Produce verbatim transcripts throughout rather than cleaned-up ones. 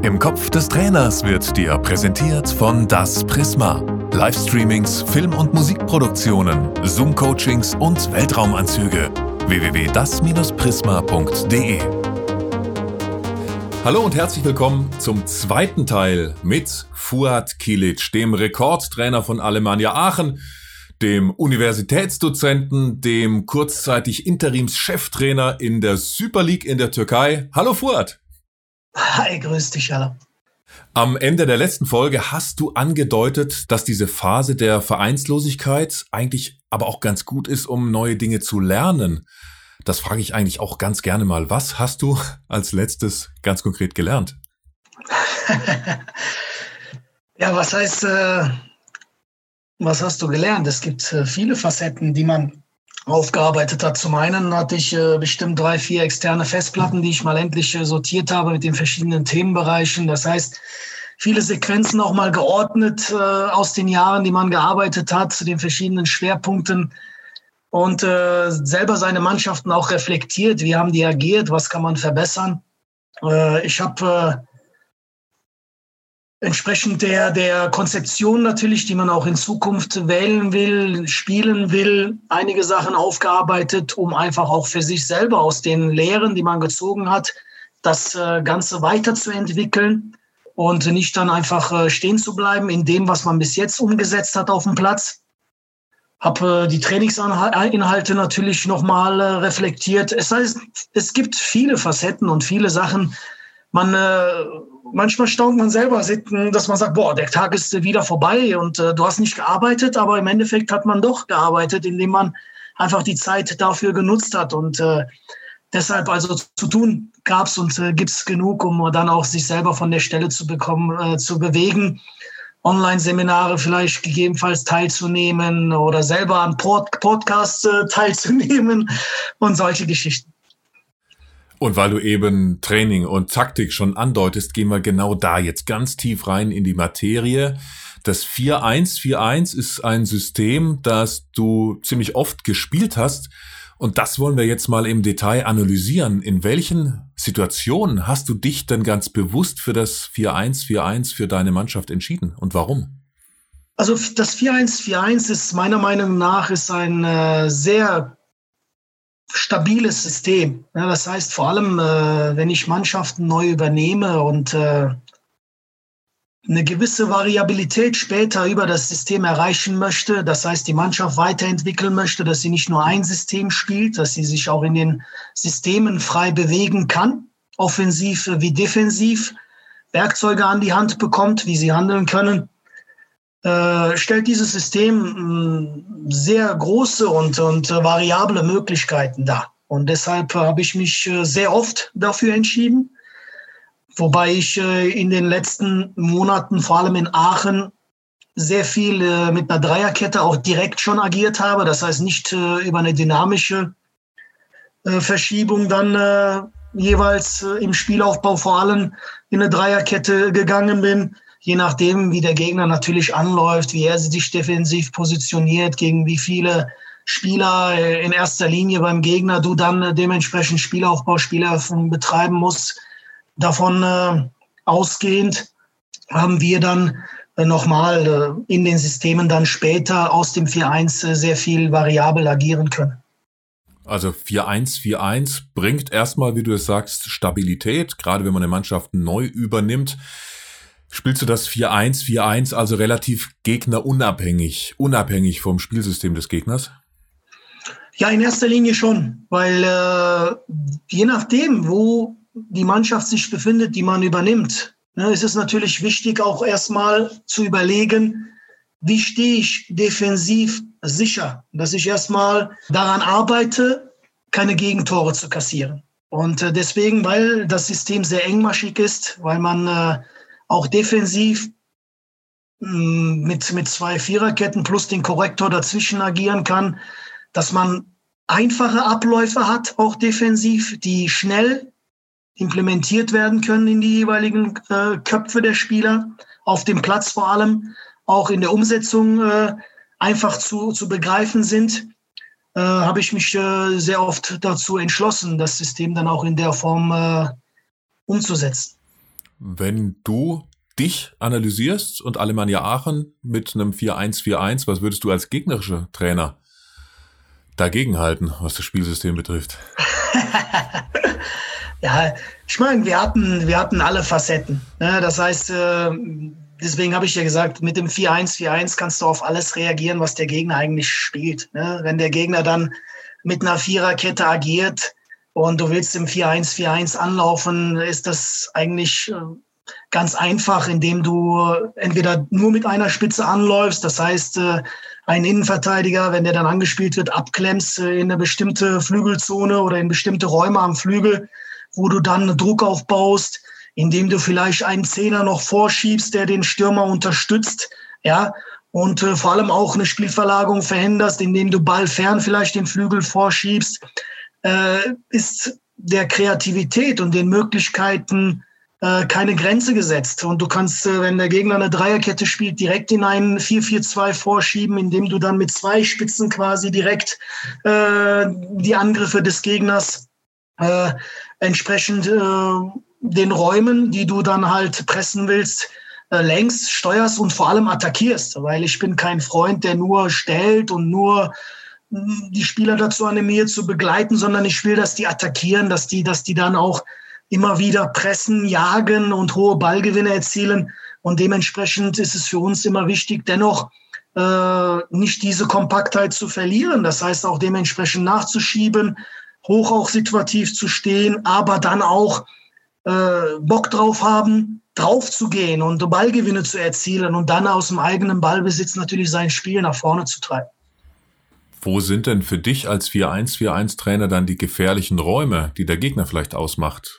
Im Kopf des Trainers wird dir präsentiert von das Prisma. Livestreamings, Film- und Musikproduktionen, Zoom-Coachings und Weltraumanzüge. w w w punkt das Prisma punkt de. Hallo und herzlich willkommen zum zweiten Teil mit Fuad Kilic, dem Rekordtrainer von Alemannia Aachen, dem Universitätsdozenten, dem kurzzeitig Interimscheftrainer in der Super League in der Türkei. Hallo Fuad! Hi, grüß dich, hallo. Am Ende der letzten Folge hast du angedeutet, dass diese Phase der Vereinslosigkeit eigentlich aber auch ganz gut ist, um neue Dinge zu lernen. Das frage ich eigentlich auch ganz gerne mal. Was hast du als letztes ganz konkret gelernt? Ja, was heißt, äh, was hast du gelernt? Es gibt äh, viele Facetten, die man aufgearbeitet hat. Zum einen hatte ich äh, bestimmt drei, vier externe Festplatten, die ich mal endlich äh, sortiert habe mit den verschiedenen Themenbereichen. Das heißt, viele Sequenzen auch mal geordnet äh, aus den Jahren, die man gearbeitet hat, zu den verschiedenen Schwerpunkten und äh, selber seine Mannschaften auch reflektiert. Wie haben die agiert? Was kann man verbessern? Äh, ich habe äh, entsprechend der, der Konzeption natürlich, die man auch in Zukunft wählen will, spielen will, einige Sachen aufgearbeitet, um einfach auch für sich selber aus den Lehren, die man gezogen hat, das äh, Ganze weiterzuentwickeln und nicht dann einfach äh, stehen zu bleiben in dem, was man bis jetzt umgesetzt hat auf dem Platz. Habe äh, die Trainingsinhalte natürlich nochmal äh, reflektiert. Es heißt, es gibt viele Facetten und viele Sachen. Man, äh, manchmal staunt man selber, dass man sagt, boah, der Tag ist wieder vorbei und äh, du hast nicht gearbeitet, aber im Endeffekt hat man doch gearbeitet, indem man einfach die Zeit dafür genutzt hat. Und äh, deshalb also zu tun gab es und äh, gibt es genug, um dann auch sich selber von der Stelle zu bekommen, äh, zu bewegen, Online-Seminare vielleicht gegebenenfalls teilzunehmen oder selber an Pod- Podcasts äh, teilzunehmen und solche Geschichten. Und weil du eben Training und Taktik schon andeutest, gehen wir genau da jetzt ganz tief rein in die Materie. Das vier eins vier eins ist ein System, das du ziemlich oft gespielt hast. Und das wollen wir jetzt mal im Detail analysieren. In welchen Situationen hast du dich denn ganz bewusst für das vier eins vier eins für deine Mannschaft entschieden und warum? Also das vier eins vier eins ist meiner Meinung nach ist ein äh, sehr stabiles System. Ja, das heißt vor allem, äh, wenn ich Mannschaften neu übernehme und äh, eine gewisse Variabilität später über das System erreichen möchte, das heißt die Mannschaft weiterentwickeln möchte, dass sie nicht nur ein System spielt, dass sie sich auch in den Systemen frei bewegen kann, offensiv wie defensiv, Werkzeuge an die Hand bekommt, wie sie handeln können, äh, stellt dieses System mh, sehr große und, und äh, variable Möglichkeiten dar. Und deshalb äh, habe ich mich äh, sehr oft dafür entschieden, wobei ich äh, in den letzten Monaten, vor allem in Aachen, sehr viel äh, mit einer Dreierkette auch direkt schon agiert habe. Das heißt nicht äh, über eine dynamische äh, Verschiebung dann äh, jeweils äh, im Spielaufbau vor allem in eine Dreierkette gegangen bin. Je nachdem, wie der Gegner natürlich anläuft, wie er sich defensiv positioniert, gegen wie viele Spieler in erster Linie beim Gegner du dann dementsprechend Spielaufbau, Spieleröffnung betreiben musst. Davon äh, ausgehend haben wir dann äh, nochmal äh, in den Systemen dann später aus dem vier eins äh, sehr viel variabel agieren können. Also vier eins vier eins bringt erstmal, wie du es sagst, Stabilität, gerade wenn man eine Mannschaft neu übernimmt. Spielst du das vier eins vier eins also relativ gegnerunabhängig, unabhängig vom Spielsystem des Gegners? Ja, in erster Linie schon, weil äh, je nachdem, wo die Mannschaft sich befindet, die man übernimmt, ne, ist es natürlich wichtig, auch erstmal zu überlegen, wie stehe ich defensiv sicher, dass ich erstmal daran arbeite, keine Gegentore zu kassieren. Und äh, deswegen, weil das System sehr engmaschig ist, weil man äh, auch defensiv mit, mit zwei Viererketten plus den Korrektor dazwischen agieren kann, dass man einfache Abläufe hat, auch defensiv, die schnell implementiert werden können in die jeweiligen äh, Köpfe der Spieler, auf dem Platz vor allem, auch in der Umsetzung äh, einfach zu, zu begreifen sind, äh, habe ich mich äh, sehr oft dazu entschlossen, das System dann auch in der Form äh, umzusetzen. Wenn du dich analysierst und Alemannia Aachen mit einem vier eins vier eins, was würdest du als gegnerischer Trainer dagegenhalten, was das Spielsystem betrifft? Ja, ich meine, wir hatten, wir hatten alle Facetten. Ne? Das heißt, äh, deswegen habe ich ja gesagt, mit dem vier eins vier eins kannst du auf alles reagieren, was der Gegner eigentlich spielt. Ne? Wenn der Gegner dann mit einer Viererkette agiert und du willst im vier eins vier eins anlaufen, ist das eigentlich äh, ganz einfach, indem du entweder nur mit einer Spitze anläufst, das heißt, äh, einen Innenverteidiger, wenn der dann angespielt wird, abklemmst äh, in eine bestimmte Flügelzone oder in bestimmte Räume am Flügel, wo du dann Druck aufbaust, indem du vielleicht einen Zehner noch vorschiebst, der den Stürmer unterstützt, ja, und äh, vor allem auch eine Spielverlagerung verhinderst, indem du ballfern vielleicht den Flügel vorschiebst, äh, ist der Kreativität und den Möglichkeiten äh, keine Grenze gesetzt. Und du kannst, äh, wenn der Gegner eine Dreierkette spielt, direkt in einen vier vier zwei vorschieben, indem du dann mit zwei Spitzen quasi direkt äh, die Angriffe des Gegners äh, entsprechend äh, den Räumen, die du dann halt pressen willst, äh, längst, steuerst und vor allem attackierst. Weil ich bin kein Freund, der nur stellt und nur mh, die Spieler dazu animiert zu begleiten, sondern ich will, dass die attackieren, dass die, dass die dann auch immer wieder pressen, jagen und hohe Ballgewinne erzielen. Und dementsprechend ist es für uns immer wichtig, dennoch äh, nicht diese Kompaktheit zu verlieren. Das heißt auch dementsprechend nachzuschieben, hoch auch situativ zu stehen, aber dann auch äh, Bock drauf haben, drauf zu gehen und Ballgewinne zu erzielen und dann aus dem eigenen Ballbesitz natürlich sein Spiel nach vorne zu treiben. Wo sind denn für dich als vier eins vier eins Trainer dann die gefährlichen Räume, die der Gegner vielleicht ausmacht?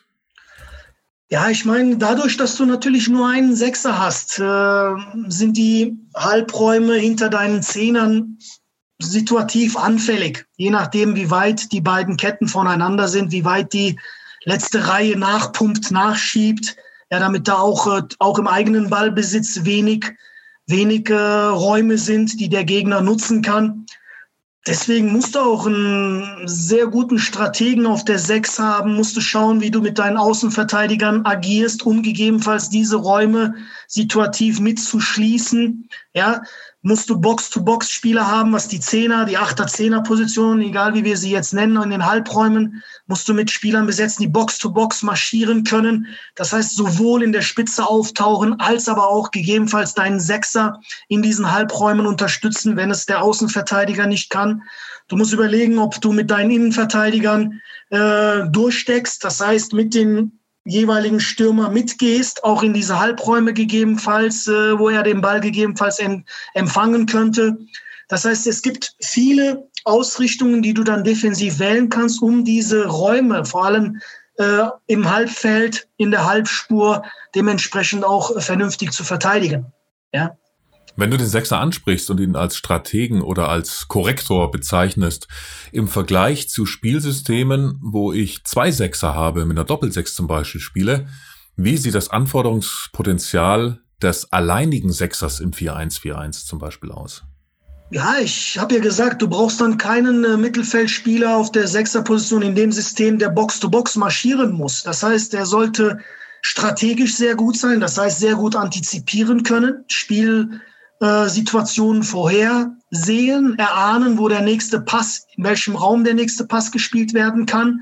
Ja, ich meine, dadurch, dass du natürlich nur einen Sechser hast, äh, sind die Halbräume hinter deinen Zehnern situativ anfällig, je nachdem, wie weit die beiden Ketten voneinander sind, wie weit die letzte Reihe nachpumpt, nachschiebt, ja, damit da auch, auch im eigenen Ballbesitz wenig, wenig äh, Räume sind, die der Gegner nutzen kann. Deswegen musst du auch einen sehr guten Strategen auf der Sechs haben, musst du schauen, wie du mit deinen Außenverteidigern agierst, um gegebenenfalls diese Räume situativ mitzuschließen, ja. Musst du Box-to-Box-Spieler haben, was die Zehner, die Achter-Zehner-Position, egal wie wir sie jetzt nennen, in den Halbräumen, musst du mit Spielern besetzen, die Box-to-Box marschieren können. Das heißt, sowohl in der Spitze auftauchen, als aber auch gegebenenfalls deinen Sechser in diesen Halbräumen unterstützen, wenn es der Außenverteidiger nicht kann. Du musst überlegen, ob du mit deinen Innenverteidigern äh, durchsteckst, das heißt, mit den jeweiligen Stürmer mitgehst, auch in diese Halbräume gegebenenfalls, äh, wo er den Ball gegebenenfalls em- empfangen könnte. Das heißt, es gibt viele Ausrichtungen, die du dann defensiv wählen kannst, um diese Räume, vor allem äh, im Halbfeld, in der Halbspur, dementsprechend auch äh, vernünftig zu verteidigen. Ja. Wenn du den Sechser ansprichst und ihn als Strategen oder als Korrektor bezeichnest, im Vergleich zu Spielsystemen, wo ich zwei Sechser habe, mit einer Doppelsechs zum Beispiel spiele, wie sieht das Anforderungspotenzial des alleinigen Sechsers im vier eins vier eins zum Beispiel aus? Ja, ich habe ja gesagt, du brauchst dann keinen äh, Mittelfeldspieler auf der Sechserposition in dem System, der Box-to-Box marschieren muss. Das heißt, er sollte strategisch sehr gut sein, das heißt sehr gut antizipieren können, Spiel Äh, Situationen vorhersehen, erahnen, wo der nächste Pass, in welchem Raum der nächste Pass gespielt werden kann.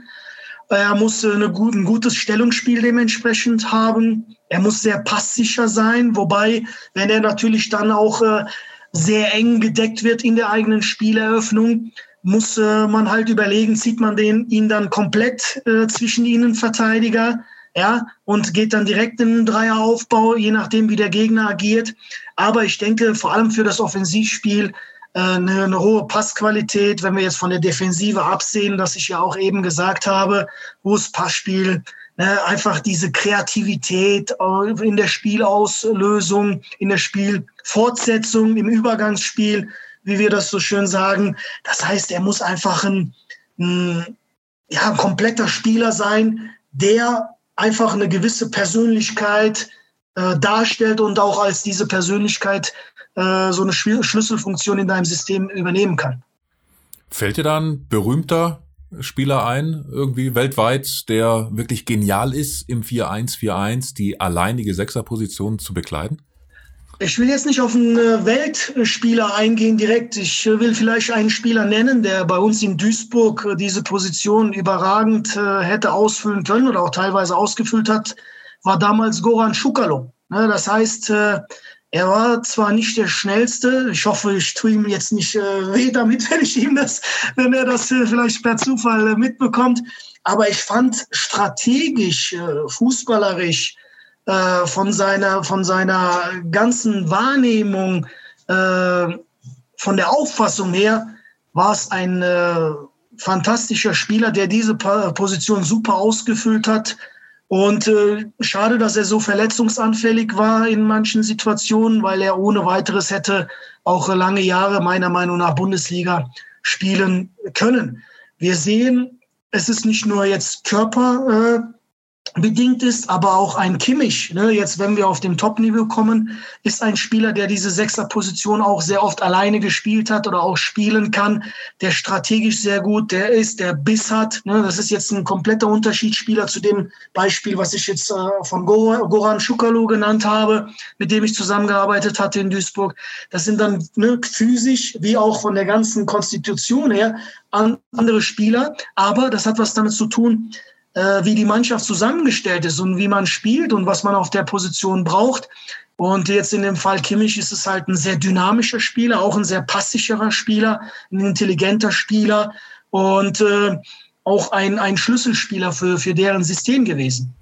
Er muss äh, eine gut, ein gutes Stellungsspiel dementsprechend haben. Er muss sehr passsicher sein, wobei, wenn er natürlich dann auch äh, sehr eng gedeckt wird in der eigenen Spieleröffnung, muss äh, man halt überlegen, zieht man den, ihn dann komplett äh, zwischen die Innenverteidiger, ja, und geht dann direkt in den Dreieraufbau, je nachdem, wie der Gegner agiert. Aber ich denke, vor allem für das Offensivspiel äh, eine, eine hohe Passqualität, wenn wir jetzt von der Defensive absehen, dass ich ja auch eben gesagt habe, hohes Passspiel, ne, einfach diese Kreativität in der Spielauslösung, in der Spielfortsetzung, im Übergangsspiel, wie wir das so schön sagen. Das heißt, er muss einfach ein, ein, ja, ein kompletter Spieler sein, der einfach eine gewisse Persönlichkeit äh, darstellt und auch als diese Persönlichkeit äh, so eine Schlüsselfunktion in deinem System übernehmen kann. Fällt dir da ein berühmter Spieler ein, irgendwie weltweit, der wirklich genial ist, im vier eins vier eins die alleinige Sechserposition zu bekleiden? Ich will jetzt nicht auf einen Weltspieler eingehen direkt. Ich will vielleicht einen Spieler nennen, der bei uns in Duisburg diese Position überragend hätte ausfüllen können oder auch teilweise ausgefüllt hat, war damals Goran Šukalo. Das heißt, er war zwar nicht der Schnellste, ich hoffe, ich tue ihm jetzt nicht weh damit, wenn ich ihm das, wenn er das vielleicht per Zufall mitbekommt, aber ich fand strategisch, fußballerisch, von seiner, von seiner ganzen Wahrnehmung, von der Auffassung her, war es ein fantastischer Spieler, der diese Position super ausgefüllt hat. Und äh, schade, dass er so verletzungsanfällig war in manchen Situationen, weil er ohne weiteres hätte auch lange Jahre meiner Meinung nach Bundesliga spielen können. Wir sehen, es ist nicht nur jetzt Körper äh, bedingt ist, aber auch ein Kimmich, ne, jetzt wenn wir auf dem Top-Niveau kommen, ist ein Spieler, der diese Sechser-Position auch sehr oft alleine gespielt hat oder auch spielen kann, der strategisch sehr gut, der ist, der Biss hat, ne, das ist jetzt ein kompletter Unterschiedsspieler zu dem Beispiel, was ich jetzt äh, von Goran Šukalo genannt habe, mit dem ich zusammengearbeitet hatte in Duisburg. Das sind dann ne, physisch wie auch von der ganzen Konstitution her an, andere Spieler, aber das hat was damit zu tun, wie die Mannschaft zusammengestellt ist und wie man spielt und was man auf der Position braucht. Und jetzt in dem Fall Kimmich ist es halt ein sehr dynamischer Spieler, auch ein sehr passsicherer Spieler, ein intelligenter Spieler und äh, auch ein, ein Schlüsselspieler für, für deren System gewesen.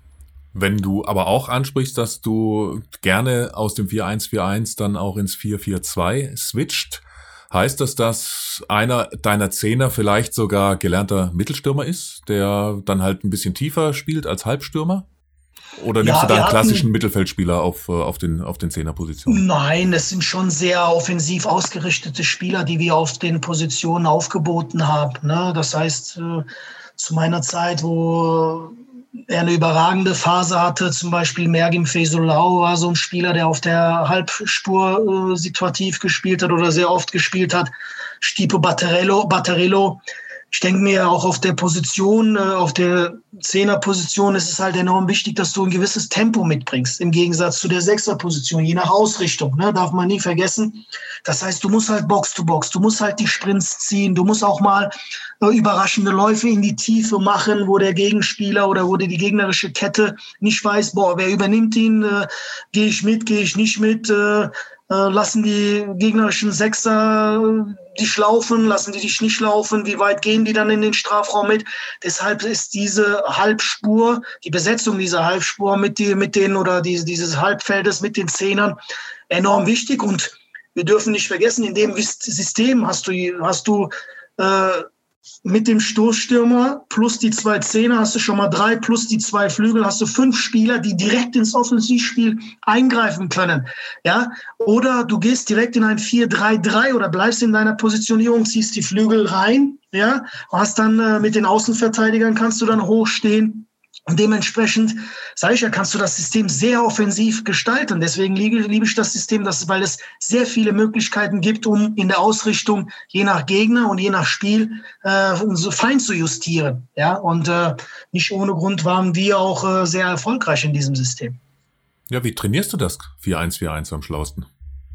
Wenn du aber auch ansprichst, dass du gerne aus dem vier eins vier eins dann auch ins vier vier zwei switcht, heißt das, dass einer deiner Zehner vielleicht sogar gelernter Mittelstürmer ist, der dann halt ein bisschen tiefer spielt als Halbstürmer? Oder nimmst ja, du da einen klassischen Mittelfeldspieler auf, auf den, auf den Zehnerpositionen? Nein, es sind schon sehr offensiv ausgerichtete Spieler, die wir auf den Positionen aufgeboten haben. Ne? Das heißt, zu meiner Zeit, wo er eine überragende Phase hatte, zum Beispiel Mergim Fesulau war so ein Spieler, der auf der Halbspur äh, situativ gespielt hat oder sehr oft gespielt hat. Stipe Battarello, Battarello. Ich denke mir, auch auf der Position, äh, auf der Zehnerposition ist es halt enorm wichtig, dass du ein gewisses Tempo mitbringst, im Gegensatz zu der Sechserposition, je nach Ausrichtung, ne, darf man nie vergessen. Das heißt, du musst halt Box to Box, du musst halt die Sprints ziehen, du musst auch mal äh, überraschende Läufe in die Tiefe machen, wo der Gegenspieler oder wo die gegnerische Kette nicht weiß, boah, wer übernimmt ihn, äh, gehe ich mit, gehe ich nicht mit, äh, äh, lassen die gegnerischen Sechser dich laufen, lassen die dich nicht laufen, wie weit gehen die dann in den Strafraum mit? Deshalb ist diese Halbspur, die Besetzung dieser Halbspur mit, die, mit den oder die, dieses Halbfeldes mit den Zehnern enorm wichtig. Und wir dürfen nicht vergessen, in dem System hast du, hast du äh, mit dem Stoßstürmer plus die zwei Zehner hast du schon mal drei, plus die zwei Flügel hast du fünf Spieler, die direkt ins Offensivspiel eingreifen können. Ja? Oder du gehst direkt in ein vier drei drei oder bleibst in deiner Positionierung, ziehst die Flügel rein, ja? Hast dann äh, mit den Außenverteidigern kannst du dann hochstehen. Und dementsprechend, sage ich ja, kannst du das System sehr offensiv gestalten. Deswegen liebe, liebe ich das System, dass, weil es sehr viele Möglichkeiten gibt, um in der Ausrichtung je nach Gegner und je nach Spiel äh, so fein zu justieren. Ja? Und äh, nicht ohne Grund waren wir auch äh, sehr erfolgreich in diesem System. Ja, wie trainierst du das vier eins vier eins am schlausten?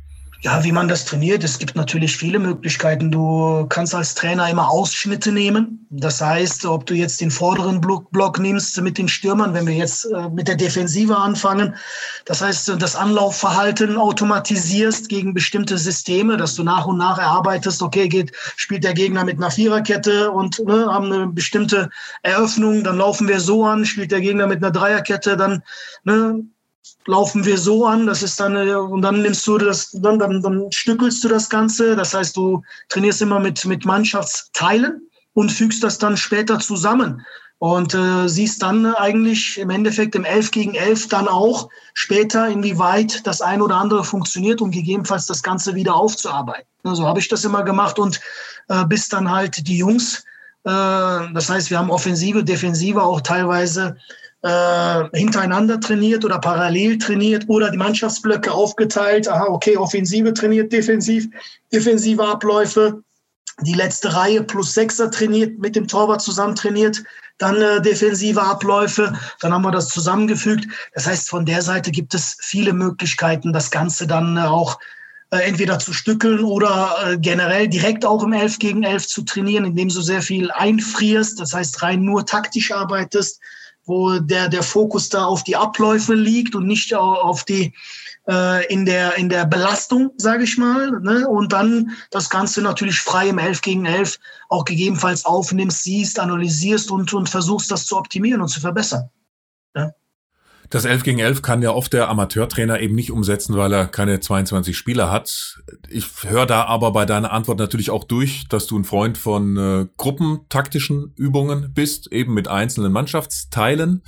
Ja, wie man das trainiert, es gibt natürlich viele Möglichkeiten. Du kannst als Trainer immer Ausschnitte nehmen. Das heißt, ob du jetzt den vorderen Block, Block nimmst mit den Stürmern, wenn wir jetzt äh, mit der Defensive anfangen. Das heißt, das Anlaufverhalten automatisierst gegen bestimmte Systeme, dass du nach und nach erarbeitest, okay, geht, spielt der Gegner mit einer Viererkette und ne, haben eine bestimmte Eröffnung, dann laufen wir so an, spielt der Gegner mit einer Dreierkette, dann ne, laufen wir so an, das ist dann, und dann nimmst du das, dann, dann, dann stückelst du das Ganze. Das heißt, du trainierst immer mit, mit Mannschaftsteilen und fügst das dann später zusammen. Und äh, siehst dann eigentlich im Endeffekt im elf gegen elf dann auch später, inwieweit das ein oder andere funktioniert, um gegebenenfalls das Ganze wieder aufzuarbeiten. So also habe ich das immer gemacht und äh, bis dann halt die Jungs, äh, das heißt, wir haben Offensive, Defensive auch teilweise Äh, hintereinander trainiert oder parallel trainiert oder die Mannschaftsblöcke aufgeteilt. Aha, okay, Offensive trainiert, defensiv, defensive Abläufe. die letzte Reihe plus Sechser trainiert, mit dem Torwart zusammen trainiert, dann äh, defensive Abläufe, dann haben wir das zusammengefügt. Das heißt, von der Seite gibt es viele Möglichkeiten, das Ganze dann äh, auch äh, entweder zu stückeln oder äh, generell direkt auch im elf gegen elf zu trainieren, indem du sehr viel einfrierst, das heißt rein nur taktisch arbeitest, wo der, der Fokus da auf die Abläufe liegt und nicht auf die in der, in der Belastung, sage ich mal, ne? Und dann das Ganze natürlich frei im elf gegen elf auch gegebenenfalls aufnimmst, siehst, analysierst und, und versuchst, das zu optimieren und zu verbessern. Ja? Das elf gegen elf kann ja oft der Amateurtrainer eben nicht umsetzen, weil er keine zweiundzwanzig Spieler hat. Ich höre da aber bei deiner Antwort natürlich auch durch, dass du ein Freund von äh, gruppentaktischen Übungen bist, eben mit einzelnen Mannschaftsteilen.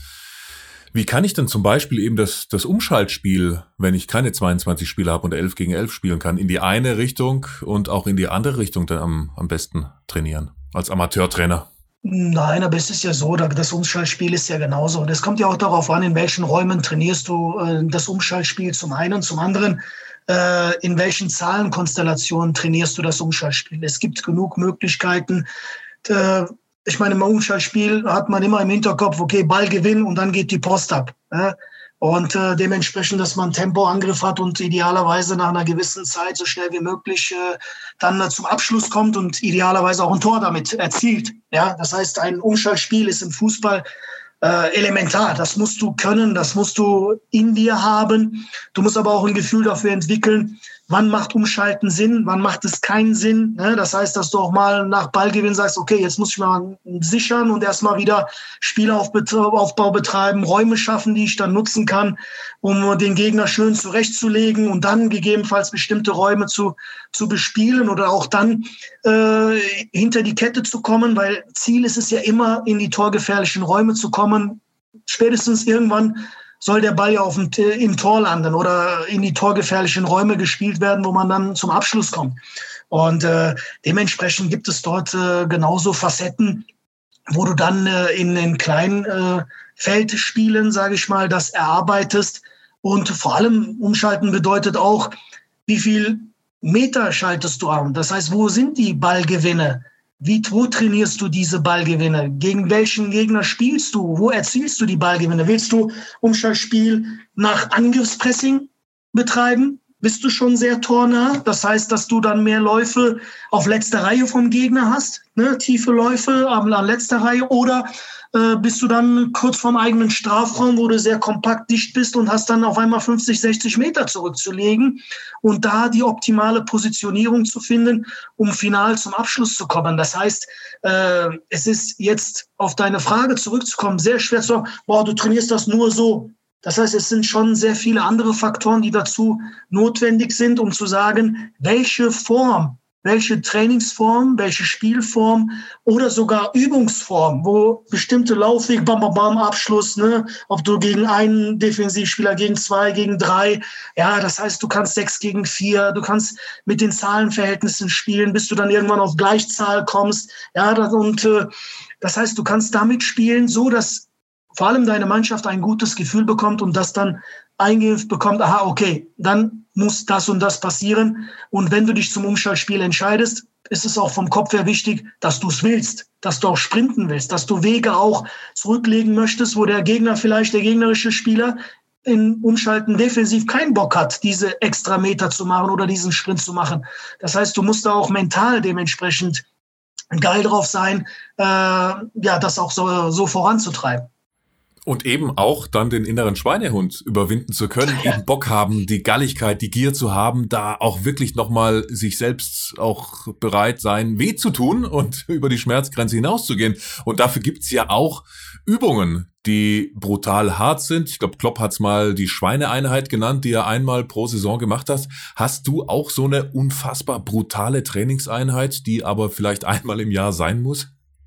Wie kann ich denn zum Beispiel eben das, das Umschaltspiel, wenn ich keine zweiundzwanzig Spieler habe und elf gegen elf spielen kann, in die eine Richtung und auch in die andere Richtung dann am, am besten trainieren, als Amateurtrainer? Nein, aber es ist ja so, das Umschaltspiel ist ja genauso. Und es kommt ja auch darauf an, in welchen Räumen trainierst du äh, das Umschaltspiel zum einen, zum anderen, äh, in welchen Zahlenkonstellationen trainierst du das Umschaltspiel. Es gibt genug Möglichkeiten. Äh, Ich meine, im Umschaltspiel hat man immer im Hinterkopf, okay, Ball gewinnen und dann geht die Post ab. Ja? Und äh, dementsprechend, dass man Tempoangriff hat und idealerweise nach einer gewissen Zeit so schnell wie möglich äh, dann äh, zum Abschluss kommt und idealerweise auch ein Tor damit erzielt. Ja? Das heißt, ein Umschaltspiel ist im Fußball äh, elementar. Das musst du können, das musst du in dir haben. Du musst aber auch ein Gefühl dafür entwickeln, wann macht Umschalten Sinn, wann macht es keinen Sinn. Ne? Das heißt, dass du auch mal nach Ballgewinn sagst, okay, jetzt muss ich mal sichern und erstmal wieder Spielaufbau betreiben, Räume schaffen, die ich dann nutzen kann, um den Gegner schön zurechtzulegen und dann gegebenenfalls bestimmte Räume zu, zu bespielen oder auch dann äh, hinter die Kette zu kommen, weil Ziel ist es ja immer, in die torgefährlichen Räume zu kommen. Spätestens irgendwann soll der Ball ja auf dem, im Tor landen oder in die torgefährlichen Räume gespielt werden, wo man dann zum Abschluss kommt. Und äh, dementsprechend gibt es dort äh, genauso Facetten, wo du dann äh, in den kleinen äh, Feldspielen, sage ich mal, das erarbeitest. Und vor allem umschalten bedeutet auch, wie viel Meter schaltest du an? Das heißt, wo sind die Ballgewinne? Wie, wo trainierst du diese Ballgewinne? Gegen welchen Gegner spielst du? Wo erzielst du die Ballgewinne? Willst du Umschaltspiel nach Angriffspressing betreiben? Bist du schon sehr tornah? Das heißt, dass du dann mehr Läufe auf letzter Reihe vom Gegner hast, ne? Tiefe Läufe an, an letzter Reihe. Oder äh, bist du dann kurz vorm eigenen Strafraum, wo du sehr kompakt dicht bist und hast dann auf einmal fünfzig, sechzig Meter zurückzulegen und da die optimale Positionierung zu finden, um final zum Abschluss zu kommen. Das heißt, äh, es ist jetzt auf deine Frage zurückzukommen, sehr schwer zu sagen, boah, du trainierst das nur so. Das heißt, es sind schon sehr viele andere Faktoren, die dazu notwendig sind, um zu sagen, welche Form, welche Trainingsform, welche Spielform oder sogar Übungsform, wo bestimmte Laufweg, bam, bam, bam, Abschluss, ne, ob du gegen einen Defensivspieler, gegen zwei, gegen drei, ja, das heißt, du kannst sechs gegen vier, du kannst mit den Zahlenverhältnissen spielen, bis du dann irgendwann auf Gleichzahl kommst, ja, das, und äh, das heißt, du kannst damit spielen, so dass vor allem deine Mannschaft ein gutes Gefühl bekommt und das dann eingeimpft bekommt, aha, okay, dann muss das und das passieren. Und wenn du dich zum Umschaltspiel entscheidest, ist es auch vom Kopf her wichtig, dass du es willst, dass du auch sprinten willst, dass du Wege auch zurücklegen möchtest, wo der Gegner vielleicht, der gegnerische Spieler, in Umschalten defensiv keinen Bock hat, diese extra Meter zu machen oder diesen Sprint zu machen. Das heißt, du musst da auch mental dementsprechend geil drauf sein, äh, ja, das auch so, so voranzutreiben. Und eben auch dann den inneren Schweinehund überwinden zu können, eben Bock haben, die Galligkeit, die Gier zu haben, da auch wirklich nochmal sich selbst auch bereit sein, weh zu tun und über die Schmerzgrenze hinauszugehen. Und dafür gibt's ja auch Übungen, die brutal hart sind. Ich glaube, Klopp hat's mal die Schweineeinheit genannt, die er einmal pro Saison gemacht hat. Hast du auch so eine unfassbar brutale Trainingseinheit, die aber vielleicht einmal im Jahr sein muss?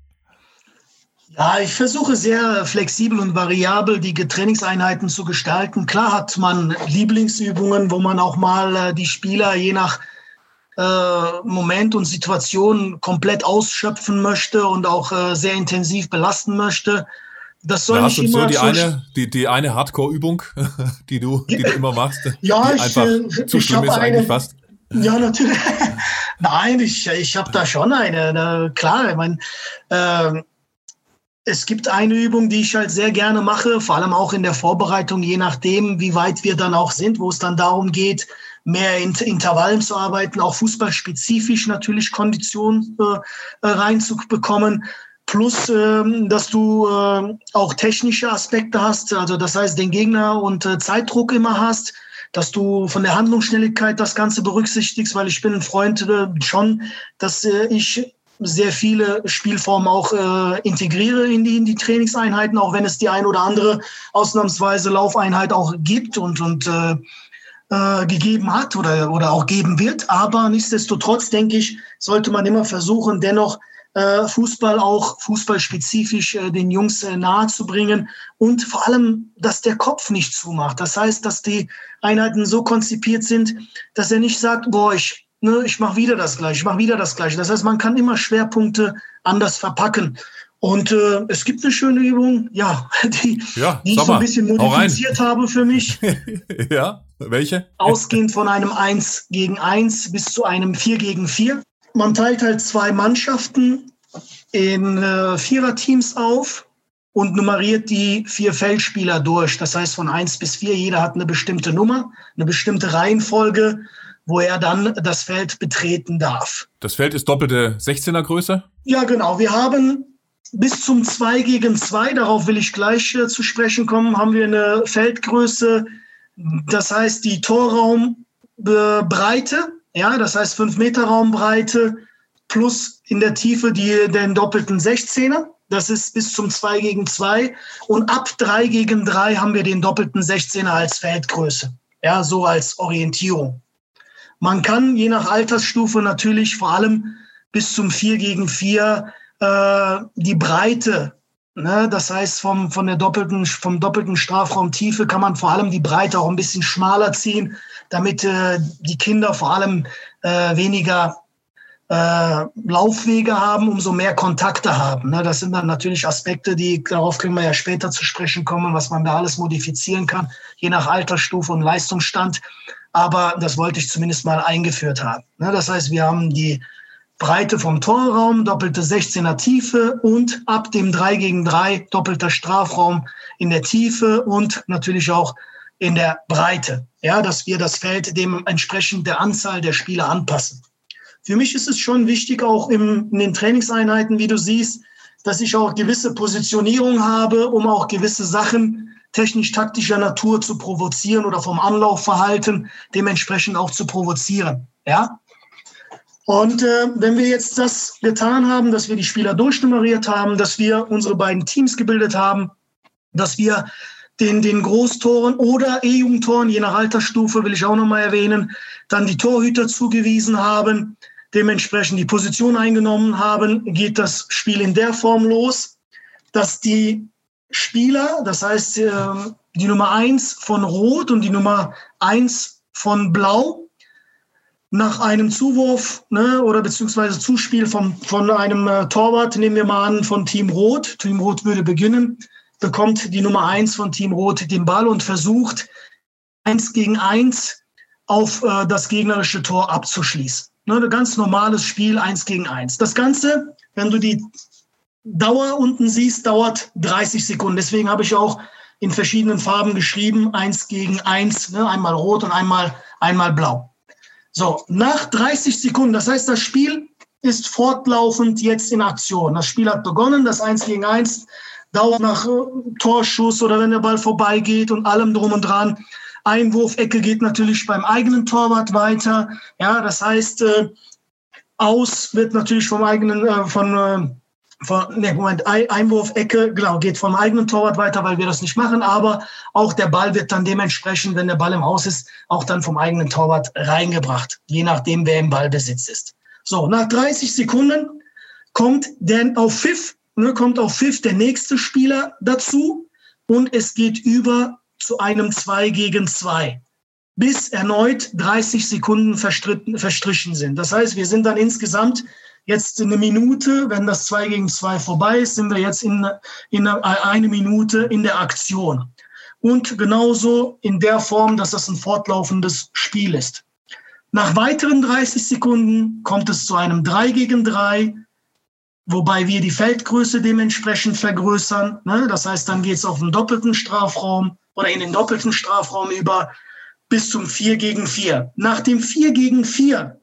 Ja, ich versuche sehr flexibel und variabel die Trainingseinheiten zu gestalten. Klar hat man Lieblingsübungen, wo man auch mal äh, die Spieler je nach äh, Moment und Situation komplett ausschöpfen möchte und auch äh, sehr intensiv belasten möchte. Das soll ja, nicht immer so die so eine, die, die eine Hardcore-Übung, die du, die du immer machst, ja, die ich, einfach ich, zu ich schlimm ist eine, eigentlich fast. Ja, natürlich. Nein, ich, ich habe da schon eine. Na, klar, ich meine, äh, es gibt eine Übung, die ich halt sehr gerne mache, vor allem auch in der Vorbereitung, je nachdem, wie weit wir dann auch sind, wo es dann darum geht, mehr in Intervallen zu arbeiten, auch fußballspezifisch natürlich Kondition äh, reinzubekommen. Plus, ähm, dass du äh, auch technische Aspekte hast, also das heißt den Gegner und äh, Zeitdruck immer hast, dass du von der Handlungsschnelligkeit das Ganze berücksichtigst, weil ich bin ein Freund äh, schon, dass äh, ich sehr viele Spielformen auch äh, integriere in die, in die Trainingseinheiten, auch wenn es die ein oder andere ausnahmsweise Laufeinheit auch gibt und, und äh, äh, gegeben hat oder, oder auch geben wird. Aber nichtsdestotrotz, denke ich, sollte man immer versuchen, dennoch äh, Fußball auch fußballspezifisch äh, den Jungs äh, nahe zu bringen und vor allem, dass der Kopf nicht zumacht. Das heißt, dass die Einheiten so konzipiert sind, dass er nicht sagt, boah, ich Ne, ich mache wieder das Gleiche, ich mache wieder das Gleiche. Das heißt, man kann immer Schwerpunkte anders verpacken. Und äh, es gibt eine schöne Übung, ja, die, ja, die ich so ein bisschen modifiziert habe für mich. Ja, welche? Ausgehend von einem eins gegen eins bis zu einem vier gegen vier. Man teilt halt zwei Mannschaften in äh, Viererteams auf und nummeriert die vier Feldspieler durch. Das heißt, von eins bis vier, jeder hat eine bestimmte Nummer, eine bestimmte Reihenfolge, wo er dann das Feld betreten darf. Das Feld ist doppelte sechzehner Größe? Ja, genau. Wir haben bis zum zwei gegen zwei, darauf will ich gleich äh, zu sprechen kommen, haben wir eine Feldgröße, das heißt die Torraumbreite, ja, das heißt fünf Meter Raumbreite plus in der Tiefe die, den doppelten sechzehner. Das ist bis zum zwei gegen zwei. Und ab drei gegen drei haben wir den doppelten sechzehner als Feldgröße. Ja, so als Orientierung. Man kann je nach Altersstufe natürlich vor allem bis zum vier gegen vier äh, die Breite, ne, das heißt vom, von der doppelten, vom doppelten Strafraumtiefe kann man vor allem die Breite auch ein bisschen schmaler ziehen, damit äh, die Kinder vor allem äh, weniger äh, Laufwege haben, umso mehr Kontakte haben. Ne. Das sind dann natürlich Aspekte, die, darauf können wir ja später zu sprechen kommen, was man da alles modifizieren kann, je nach Altersstufe und Leistungsstand. Aber das wollte ich zumindest mal eingeführt haben. Das heißt, wir haben die Breite vom Torraum, doppelte sechzehner Tiefe und ab dem drei gegen drei doppelter Strafraum in der Tiefe und natürlich auch in der Breite. Ja, dass wir das Feld dementsprechend der Anzahl der Spieler anpassen. Für mich ist es schon wichtig, auch im, in den Trainingseinheiten, wie du siehst, dass ich auch gewisse Positionierung habe, um auch gewisse Sachen technisch-taktischer Natur zu provozieren oder vom Anlaufverhalten dementsprechend auch zu provozieren. Ja? Und äh, wenn wir jetzt das getan haben, dass wir die Spieler durchnummeriert haben, dass wir unsere beiden Teams gebildet haben, dass wir den, den Großtoren oder E-Jugendtoren, je nach Altersstufe, will ich auch nochmal erwähnen, dann die Torhüter zugewiesen haben, dementsprechend die Position eingenommen haben, geht das Spiel in der Form los, dass die Spieler, das heißt die Nummer eins von Rot und die Nummer eins von Blau, nach einem Zuwurf ne, oder beziehungsweise Zuspiel vom, von einem äh, Torwart, nehmen wir mal an, von Team Rot, Team Rot würde beginnen, bekommt die Nummer eins von Team Rot den Ball und versucht, eins gegen eins auf äh, das gegnerische Tor abzuschließen. Ne, ein ganz normales Spiel, eins gegen eins. Das Ganze, wenn du die Dauer unten siehst, dauert dreißig Sekunden. Deswegen habe ich auch in verschiedenen Farben geschrieben, eins gegen eins, ne, einmal rot und einmal, einmal blau. So, nach dreißig Sekunden, das heißt, das Spiel ist fortlaufend jetzt in Aktion. Das Spiel hat begonnen, das eins gegen eins dauert nach äh, Torschuss oder wenn der Ball vorbeigeht und allem drum und dran. Einwurfecke geht natürlich beim eigenen Torwart weiter. Ja, das heißt, äh, aus wird natürlich vom eigenen, äh, von, äh, von, ne, Moment, Einwurfecke, genau, geht vom eigenen Torwart weiter, weil wir das nicht machen, aber auch der Ball wird dann dementsprechend, wenn der Ball im Aus ist, auch dann vom eigenen Torwart reingebracht, je nachdem, wer im Ballbesitz ist. So, nach dreißig Sekunden kommt dann auf Pfiff, ne, kommt auf Pfiff der nächste Spieler dazu und es geht über zu einem zwei gegen zwei, bis erneut dreißig Sekunden verstrichen sind. Das heißt, wir sind dann insgesamt jetzt eine Minute, wenn das zwei gegen zwei vorbei ist, sind wir jetzt in, in eine Minute in der Aktion. Und genauso in der Form, dass das ein fortlaufendes Spiel ist. Nach weiteren dreißig Sekunden kommt es zu einem drei gegen drei, wobei wir die Feldgröße dementsprechend vergrößern. Ne? Das heißt, dann geht es auf den doppelten Strafraum oder in den doppelten Strafraum über bis zum vier gegen vier. Nach dem vier gegen vier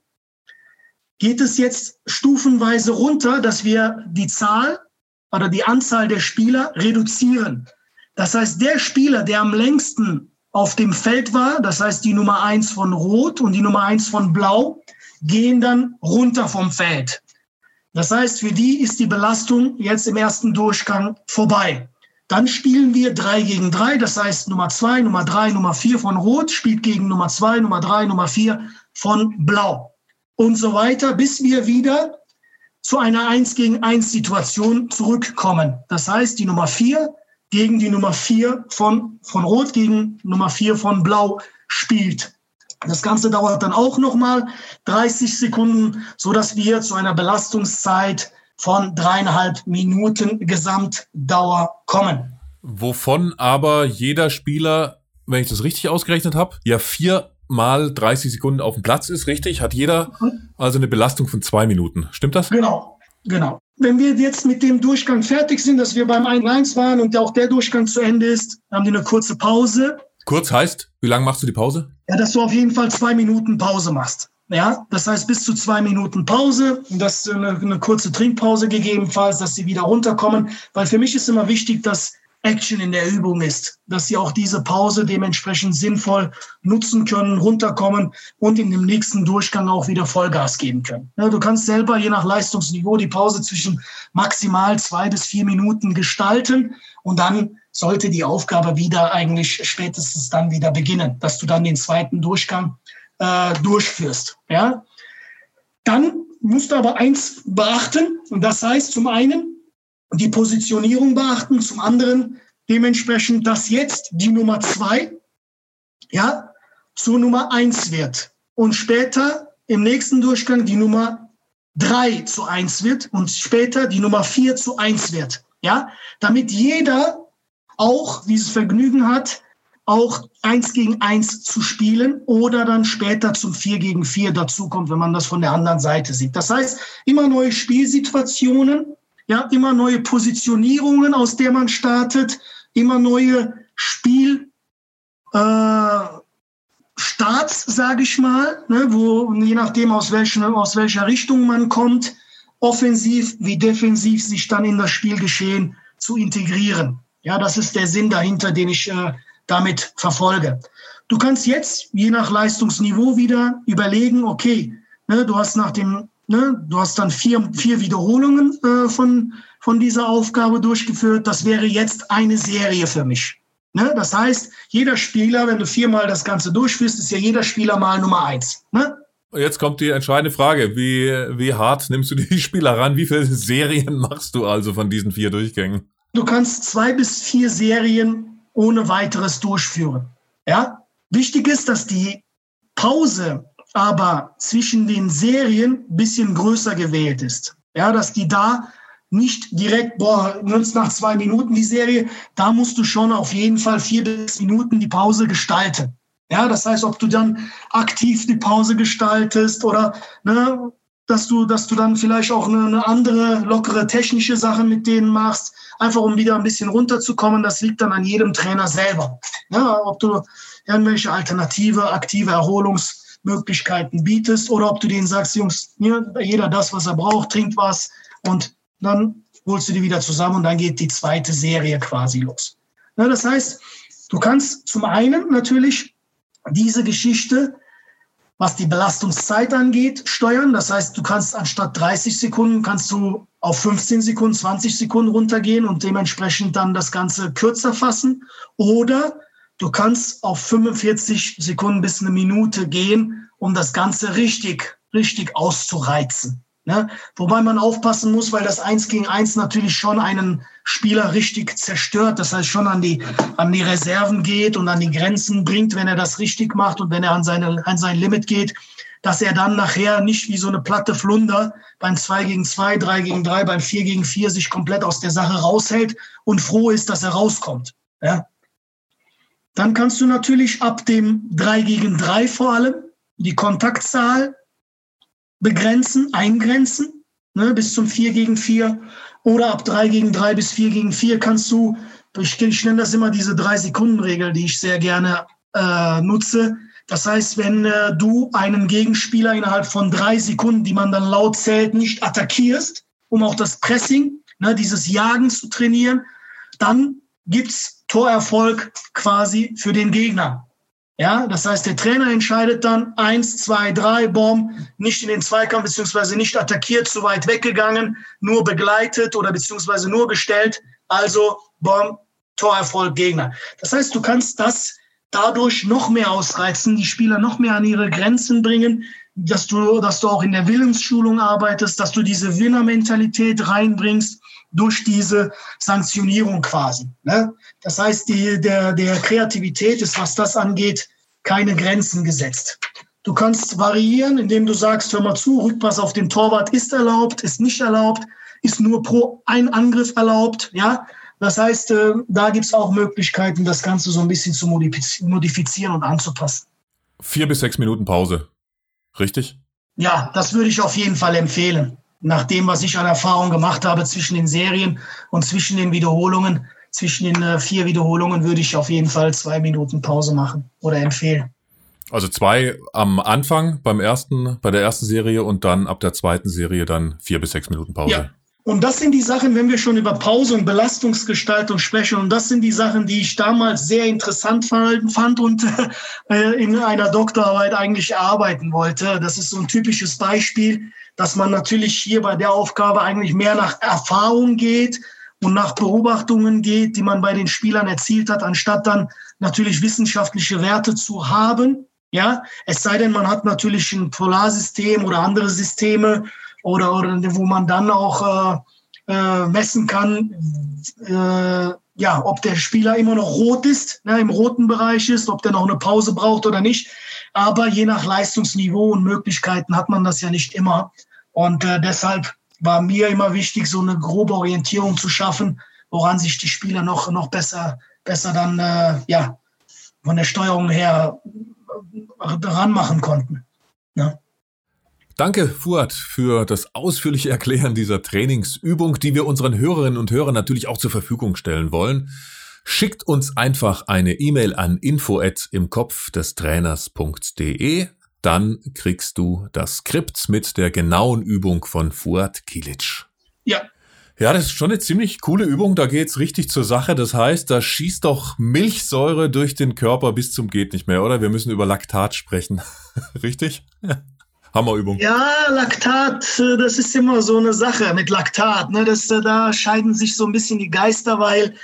geht es jetzt stufenweise runter, dass wir die Zahl oder die Anzahl der Spieler reduzieren. Das heißt, der Spieler, der am längsten auf dem Feld war, das heißt die Nummer eins von Rot und die Nummer eins von Blau, gehen dann runter vom Feld. Das heißt, für die ist die Belastung jetzt im ersten Durchgang vorbei. Dann spielen wir drei gegen drei, das heißt Nummer zwei, Nummer drei, Nummer vier von Rot spielt gegen Nummer zwei, Nummer drei, Nummer vier von Blau und so weiter, bis wir wieder zu einer eins gegen eins Situation zurückkommen. Das heißt, die Nummer vier gegen die Nummer vier von, von Rot gegen Nummer vier von Blau spielt. Das Ganze dauert dann auch nochmal dreißig Sekunden, sodass wir zu einer Belastungszeit von dreieinhalb Minuten Gesamtdauer kommen. Wovon aber jeder Spieler, wenn ich das richtig ausgerechnet habe, ja viermal dreißig Sekunden auf dem Platz ist, richtig? Hat jeder also eine Belastung von zwei Minuten. Stimmt das? Genau, genau. Wenn wir jetzt mit dem Durchgang fertig sind, dass wir beim eins eins waren und auch der Durchgang zu Ende ist, haben wir eine kurze Pause. Kurz heißt, wie lange machst du die Pause? Ja, dass du auf jeden Fall zwei Minuten Pause machst. Ja, das heißt bis zu zwei Minuten Pause, dass eine, eine kurze Trinkpause gegebenenfalls, dass sie wieder runterkommen. Weil für mich ist immer wichtig, dass Action in der Übung ist, dass sie auch diese Pause dementsprechend sinnvoll nutzen können, runterkommen und in dem nächsten Durchgang auch wieder Vollgas geben können. Ja, du kannst selber je nach Leistungsniveau die Pause zwischen maximal zwei bis vier Minuten gestalten und dann sollte die Aufgabe wieder eigentlich spätestens dann wieder beginnen, dass du dann den zweiten Durchgang äh, durchführst. Ja? Dann musst du aber eins beachten und das heißt zum einen, die Positionierung beachten, zum anderen dementsprechend, dass jetzt die Nummer zwei ja, zur Nummer eins wird und später im nächsten Durchgang die Nummer drei zu eins wird und später die Nummer vier zu eins wird. Ja? Damit jeder auch dieses Vergnügen hat, auch eins gegen eins zu spielen oder dann später zum vier gegen vier dazukommt, wenn man das von der anderen Seite sieht. Das heißt, immer neue Spielsituationen, ja, immer neue Positionierungen, aus der man startet, immer neue Spielstarts, äh, sage ich mal, ne, wo je nachdem aus, welchen, aus welcher Richtung man kommt, offensiv wie defensiv sich dann in das Spielgeschehen zu integrieren. Ja, das ist der Sinn dahinter, den ich äh, damit verfolge. Du kannst jetzt je nach Leistungsniveau wieder überlegen, okay, ne, du hast nach dem Ne, du hast dann vier, vier Wiederholungen äh, von, von dieser Aufgabe durchgeführt. Das wäre jetzt eine Serie für mich. Ne? Das heißt, jeder Spieler, wenn du viermal das Ganze durchführst, ist ja jeder Spieler mal Nummer eins. Ne? Jetzt kommt die entscheidende Frage. Wie, wie hart nimmst du die Spieler ran? Wie viele Serien machst du also von diesen vier Durchgängen? Du kannst zwei bis vier Serien ohne weiteres durchführen. Ja? Wichtig ist, dass die Pause aber zwischen den Serien ein bisschen größer gewählt ist. Ja, dass die da nicht direkt, boah, nimmst nach zwei Minuten die Serie, da musst du schon auf jeden Fall vier bis Minuten die Pause gestalten. Ja, das heißt, ob du dann aktiv die Pause gestaltest oder ne, dass du, dass du dann vielleicht auch eine, eine andere, lockere technische Sache mit denen machst, einfach um wieder ein bisschen runterzukommen, das liegt dann an jedem Trainer selber. Ja, ob du irgendwelche alternative, aktive Erholungs Möglichkeiten bietest oder ob du denen sagst, Jungs, jeder das, was er braucht, trinkt was und dann holst du die wieder zusammen und dann geht die zweite Serie quasi los. Ja, das heißt, du kannst zum einen natürlich diese Geschichte, was die Belastungszeit angeht, steuern. Das heißt, du kannst anstatt dreißig Sekunden, kannst du auf fünfzehn Sekunden, zwanzig Sekunden runtergehen und dementsprechend dann das Ganze kürzer fassen. Oder du kannst auf fünfundvierzig Sekunden bis eine Minute gehen, um das Ganze richtig, richtig auszureizen. Ne? Wobei man aufpassen muss, weil das eins gegen eins natürlich schon einen Spieler richtig zerstört. Das heißt, schon an die, an die Reserven geht und an die Grenzen bringt, wenn er das richtig macht und wenn er an, seine, an sein Limit geht, dass er dann nachher nicht wie so eine platte Flunder beim zwei gegen zwei, drei gegen drei, beim vier gegen vier sich komplett aus der Sache raushält und froh ist, dass er rauskommt. Ja? Dann kannst du natürlich ab dem drei gegen drei vor allem die Kontaktzahl begrenzen, eingrenzen, ne, bis zum vier gegen vier. Oder ab drei gegen drei bis vier gegen vier kannst du, ich, ich nenne das immer diese drei-Sekunden-Regel, die ich sehr gerne äh, nutze. Das heißt, wenn äh, du einen Gegenspieler innerhalb von drei Sekunden, die man dann laut zählt, nicht attackierst, um auch das Pressing, ne, dieses Jagen zu trainieren, dann gibt's Torerfolg quasi für den Gegner. Ja, das heißt, der Trainer entscheidet dann eins, zwei, drei, Bomb, nicht in den Zweikampf beziehungsweise nicht attackiert, zu weit weggegangen, nur begleitet oder beziehungsweise nur gestellt, also Bomb, Torerfolg, Gegner. Das heißt, du kannst das dadurch noch mehr ausreizen, die Spieler noch mehr an ihre Grenzen bringen, dass du, dass du auch in der Willensschulung arbeitest, dass du diese Winnermentalität reinbringst durch diese Sanktionierung quasi. Ne? Das heißt, die, der, der Kreativität ist, was das angeht, keine Grenzen gesetzt. Du kannst variieren, indem du sagst, hör mal zu, Rückpass auf den Torwart ist erlaubt, ist nicht erlaubt, ist nur pro ein Angriff erlaubt. Ja? Das heißt, äh, da gibt es auch Möglichkeiten, das Ganze so ein bisschen zu modifizieren und anzupassen. Vier bis sechs Minuten Pause, richtig? Ja, das würde ich auf jeden Fall empfehlen. Nach dem, was ich an Erfahrung gemacht habe zwischen den Serien und zwischen den Wiederholungen, zwischen den äh, vier Wiederholungen würde ich auf jeden Fall zwei Minuten Pause machen oder empfehlen. Also zwei am Anfang beim ersten, bei der ersten Serie und dann ab der zweiten Serie dann vier bis sechs Minuten Pause. Ja. Und das sind die Sachen, wenn wir schon über Pause und Belastungsgestaltung sprechen, und das sind die Sachen, die ich damals sehr interessant fand und äh, in einer Doktorarbeit eigentlich erarbeiten wollte. Das ist so ein typisches Beispiel, dass man natürlich hier bei der Aufgabe eigentlich mehr nach Erfahrung geht und nach Beobachtungen geht, die man bei den Spielern erzielt hat, anstatt dann natürlich wissenschaftliche Werte zu haben. Ja, es sei denn, man hat natürlich ein Polarsystem oder andere Systeme, Oder, oder wo man dann auch äh, äh, messen kann, äh, ja, ob der Spieler immer noch rot ist, ne, im roten Bereich ist, ob der noch eine Pause braucht oder nicht. Aber je nach Leistungsniveau und Möglichkeiten hat man das ja nicht immer. Und äh, deshalb war mir immer wichtig, so eine grobe Orientierung zu schaffen, woran sich die Spieler noch, noch besser, besser dann äh, ja, von der Steuerung her ranmachen konnten. Ja. Danke, Fuad, für das ausführliche Erklären dieser Trainingsübung, die wir unseren Hörerinnen und Hörern natürlich auch zur Verfügung stellen wollen. Schickt uns einfach eine E-Mail an info at im Kopf des Trainers punkt de. Dann kriegst du das Skript mit der genauen Übung von Fuad Kilic. Ja. Ja, das ist schon eine ziemlich coole Übung. Da geht's richtig zur Sache. Das heißt, da schießt doch Milchsäure durch den Körper bis zum geht nicht mehr, oder? Wir müssen über Laktat sprechen. Richtig? Ja. Hammerübung. Ja, Laktat, das ist immer so eine Sache mit Laktat. Ne? Das, da scheiden sich so ein bisschen die Geister, weil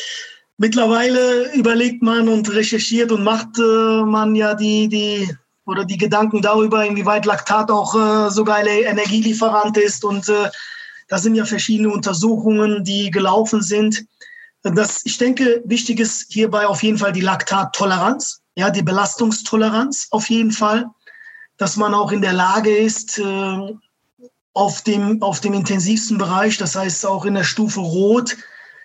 mittlerweile überlegt man und recherchiert und macht äh, man ja die, die, oder die Gedanken darüber, inwieweit Laktat auch äh, sogar ein Energielieferant ist. Und äh, da sind ja verschiedene Untersuchungen, die gelaufen sind. Das, ich denke, wichtig ist hierbei auf jeden Fall die Laktattoleranz, ja, die Belastungstoleranz auf jeden Fall. Dass man auch in der Lage ist, äh, auf dem, auf dem intensivsten Bereich, das heißt auch in der Stufe Rot,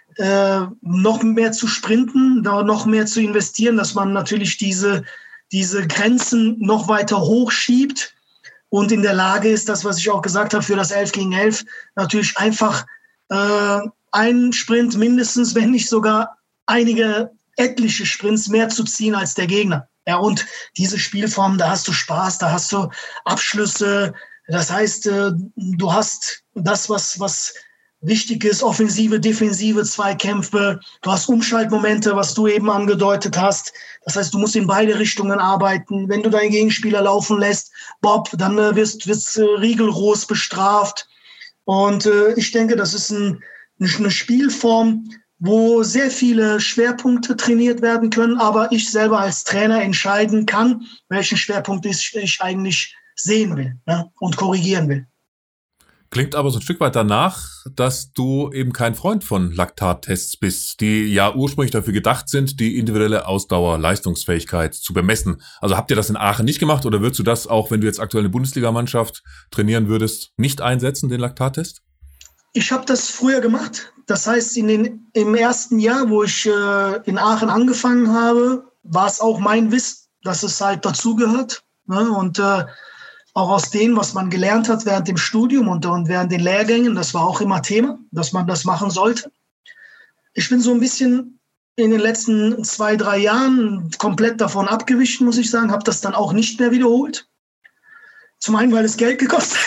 äh, noch mehr zu sprinten, da noch mehr zu investieren, dass man natürlich diese, diese Grenzen noch weiter hochschiebt und in der Lage ist, das, was ich auch gesagt habe, für das elf gegen elf, natürlich einfach äh, einen Sprint mindestens, wenn nicht sogar einige etliche Sprints mehr zu ziehen als der Gegner. Ja, und diese Spielform, da hast du Spaß, da hast du Abschlüsse. Das heißt, du hast das, was, was wichtig ist, Offensive, Defensive, Zweikämpfe. Du hast Umschaltmomente, was du eben angedeutet hast. Das heißt, du musst in beide Richtungen arbeiten. Wenn du deinen Gegenspieler laufen lässt, Bob, dann wirst du rigoros bestraft. Und äh, ich denke, das ist ein, eine Spielform, wo sehr viele Schwerpunkte trainiert werden können, aber ich selber als Trainer entscheiden kann, welchen Schwerpunkt ich, ich eigentlich sehen will, ne, und korrigieren will. Klingt aber so ein Stück weit danach, dass du eben kein Freund von Laktattests bist, die ja ursprünglich dafür gedacht sind, die individuelle Ausdauer, Leistungsfähigkeit zu bemessen. Also habt ihr das in Aachen nicht gemacht oder würdest du das auch, wenn du jetzt aktuell eine Bundesligamannschaft trainieren würdest, nicht einsetzen, den Laktattest? Ich habe das früher gemacht. Das heißt, in den, im ersten Jahr, wo ich äh, in Aachen angefangen habe, war es auch mein Wissen, dass es halt dazugehört. Ne? Und äh, auch aus dem, was man gelernt hat während dem Studium und, und während den Lehrgängen, das war auch immer Thema, dass man das machen sollte. Ich bin so ein bisschen in den letzten zwei, drei Jahren komplett davon abgewichen, muss ich sagen, habe das dann auch nicht mehr wiederholt. Zum einen, weil es Geld gekostet